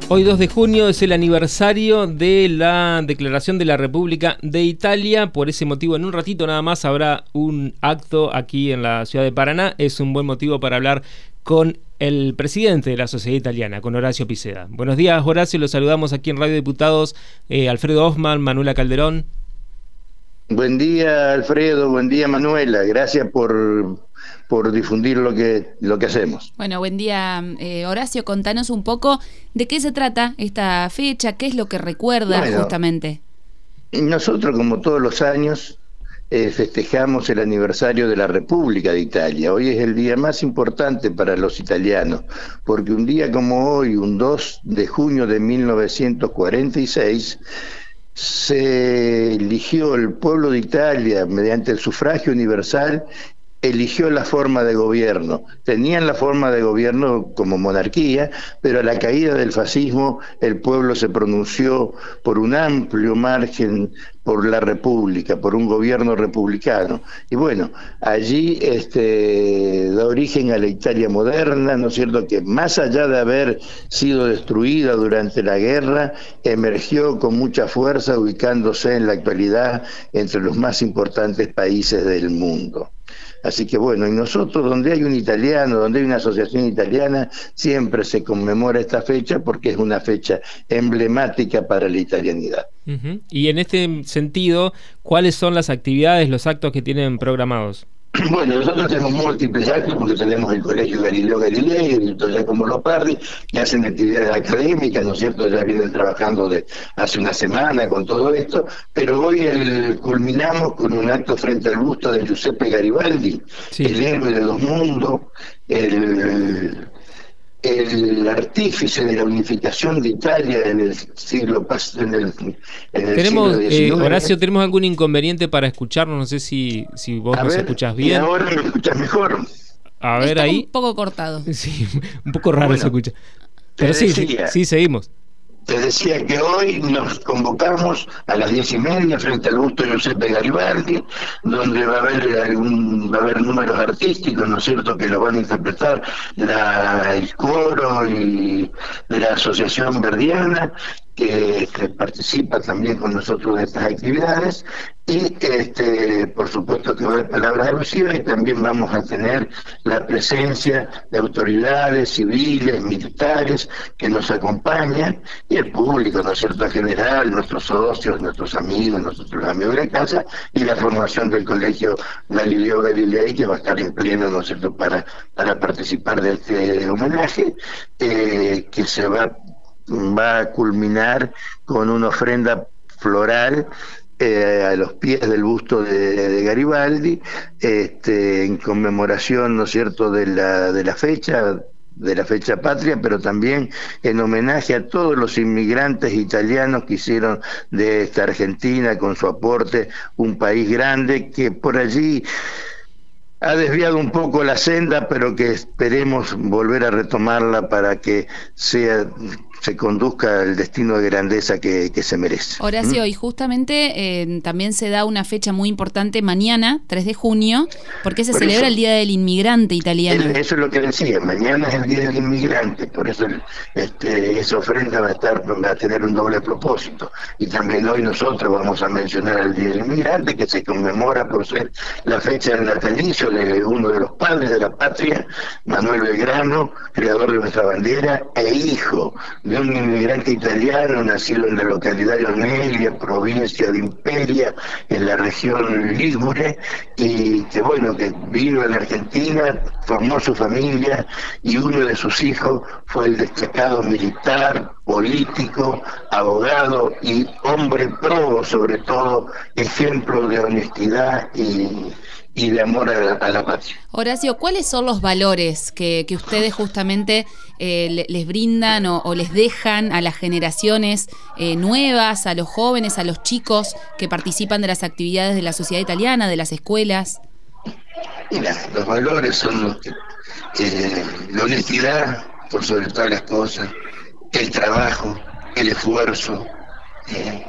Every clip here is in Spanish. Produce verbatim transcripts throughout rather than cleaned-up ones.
Hoy dos de junio es el aniversario de la declaración de la República de Italia. Por ese motivo, en un ratito nada más habrá un acto aquí en la ciudad de Paraná. Es un buen motivo para hablar con el presidente de la Sociedad Italiana, con Horacio Piceda. Buenos días, Horacio. Los saludamos aquí en Radio Diputados. Eh, Alfredo Osman, Manuela Calderón. Buen día, Alfredo. Buen día, Manuela. Gracias por, por difundir lo que, lo que hacemos. Bueno, buen día, eh, Horacio. Contanos un poco de qué se trata esta fecha, qué es lo que recuerda bueno, justamente. Nosotros, como todos los años, eh, festejamos el aniversario de la República de Italia. Hoy es el día más importante para los italianos, porque un día como hoy, un dos de junio de mil novecientos cuarenta y seis, se eligió el pueblo de Italia mediante el sufragio universal, eligió la forma de gobierno. Tenían la forma de gobierno como monarquía, pero a la caída del fascismo el pueblo se pronunció por un amplio margen por la república, por un gobierno republicano. Y bueno, allí este, da origen a la Italia moderna, ¿no es cierto?, que más allá de haber sido destruida durante la guerra, emergió con mucha fuerza, ubicándose en la actualidad entre los más importantes países del mundo. Así que bueno, y nosotros, donde hay un italiano, donde hay una asociación italiana, siempre se conmemora esta fecha porque es una fecha emblemática para la italianidad. Uh-huh. Y en este sentido, ¿cuáles son las actividades, los actos que tienen programados? Bueno, nosotros tenemos múltiples actos porque tenemos el Colegio Galileo Galilei, el Giacomo Leopardi, que hacen actividades académicas, ¿no es cierto? Ya vienen trabajando de hace una semana con todo esto, pero hoy el, culminamos con un acto frente al busto de Giuseppe Garibaldi, sí, el héroe de los mundos, el... el artífice de la unificación de Italia en el siglo en el, en el tenemos, siglo diecinueve. Eh, Horacio, tenemos algún inconveniente para escucharnos, no sé si, si vos a nos ver, escuchás bien. Y ahora me escuchás mejor. A ver, está ahí. Un poco cortado. Sí, un poco raro bueno, se escucha. Pero sí, decía, sí, seguimos. Te decía que hoy nos convocamos a las diez y media frente al busto de Giuseppe Garibaldi, donde va a haber algún, va a haber números artísticos, ¿no es cierto?, que lo van a interpretar la, el coro y de la Asociación Verdiana, que, que participa también con nosotros de estas actividades, y este, por supuesto que va a haber palabras alusivas, y también vamos a tener la presencia de autoridades civiles, militares, que nos acompañan, y el público, ¿no es cierto?, en general, nuestros socios, nuestros amigos, nuestros amigos de casa, y la formación del Colegio Galileo Galilei, que va a estar en pleno, ¿no es cierto?, para, para participar de este homenaje, eh, que se va va a culminar con una ofrenda floral eh, a los pies del busto de, de Garibaldi, este, en conmemoración, ¿no es cierto?, de la, de la fecha, de la fecha patria, pero también en homenaje a todos los inmigrantes italianos que hicieron de esta Argentina, con su aporte, un país grande que por allí ha desviado un poco la senda, pero que esperemos volver a retomarla para que sea se conduzca al destino de grandeza que, que se merece. Horacio, ¿Mm? y justamente eh, también se da una fecha muy importante mañana, tres de junio, porque se por celebra eso, el Día del Inmigrante Italiano. El, eso es lo que decía, mañana es el Día del Inmigrante, por eso este, esa ofrenda va a, estar, va a tener un doble propósito. Y también hoy nosotros vamos a mencionar el Día del Inmigrante, que se conmemora por ser la fecha del natalicio de uno de los padres de la patria, Manuel Belgrano, creador de nuestra bandera, e hijo de un inmigrante italiano nacido en la localidad de Onelia, provincia de Imperia, en la región Ligure, y que bueno, que vino a la Argentina, formó su familia, y uno de sus hijos fue el destacado militar, político, abogado y hombre probo, sobre todo, ejemplo de honestidad y y de amor a la, a la patria. Horacio, ¿cuáles son los valores que, que ustedes justamente eh, les brindan o, o les dejan a las generaciones eh, nuevas, a los jóvenes, a los chicos que participan de las actividades de la sociedad italiana, de las escuelas? Mira, los valores son los que, eh, la honestidad, por sobre todas las cosas, el trabajo, el esfuerzo, eh,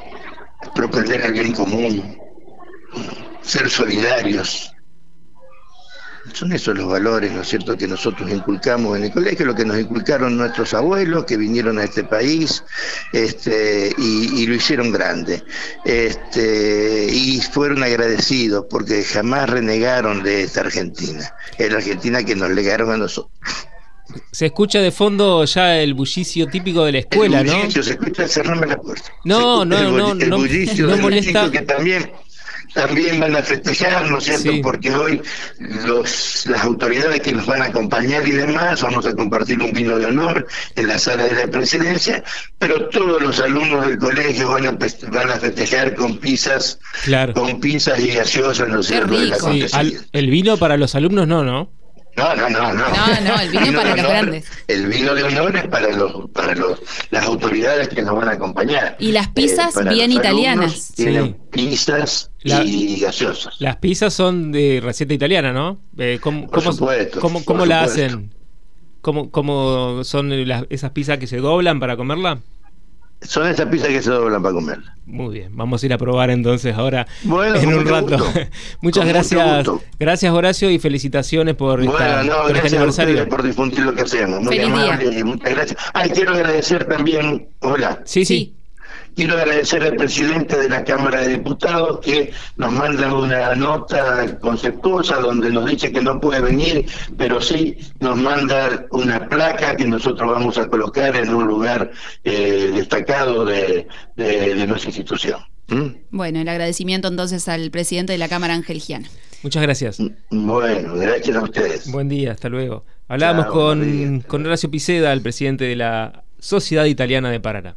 propender al bien común, ser solidarios, son esos los valores, ¿no es cierto?, que nosotros inculcamos en el colegio, lo que nos inculcaron nuestros abuelos que vinieron a este país, este, y, y lo hicieron grande, este, y fueron agradecidos porque jamás renegaron de esta Argentina, es la Argentina que nos legaron a nosotros. Se escucha de fondo ya el bullicio típico de la escuela, el bullicio, ¿no? Se escucha, cerrarme la puerta. No, no, el, no, el no, bullicio no de molesta. los chicos que también, también van a festejar, ¿no es cierto? Sí. Porque hoy los, las autoridades que nos van a acompañar y demás, vamos a compartir un vino de honor en la sala de la presidencia, pero todos los alumnos del colegio van a, van a festejar con pizzas, claro. con pizzas y gaseosas, ¿no es cierto? De la Sí, al, el vino para los alumnos no, ¿no? No, no, no, no. No, no, el vino, vino para los honor, grandes. El vino de honor es para los, para los, las autoridades que nos van a acompañar. Y las pizzas eh, bien italianas. Tienen sí. pizzas la, y gaseosas. Las pizzas son de receta italiana, ¿no? Eh, ¿Cómo, por cómo, supuesto, ¿cómo, cómo la supuesto. hacen? ¿Cómo, ¿Cómo son las, esas pizzas que se doblan para comerla? Son esas pizzas que se doblan para comerla. Muy bien, vamos a ir a probar entonces ahora bueno, en un rato. Muchas con gracias, gracias Horacio y felicitaciones por, bueno, esta, no, por este aniversario. Por difundir lo que hacemos. Muy Feliz amable día. Y muchas gracias. Ay, quiero agradecer también, hola. Sí, sí. Quiero agradecer al presidente de la Cámara de Diputados que nos manda una nota conceptuosa donde nos dice que no puede venir, pero sí nos manda una placa que nosotros vamos a colocar en un lugar eh, destacado de, de, de nuestra institución. ¿Mm? Bueno, el agradecimiento entonces al presidente de la Cámara, Ángel Giana. Muchas gracias. Bueno, gracias a ustedes. Buen día, hasta luego. Hablábamos Chao, con, con Horacio Piceda, el presidente de la Sociedad Italiana de Paraná.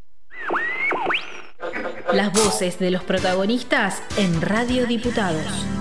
Las voces de los protagonistas en Radio Diputados.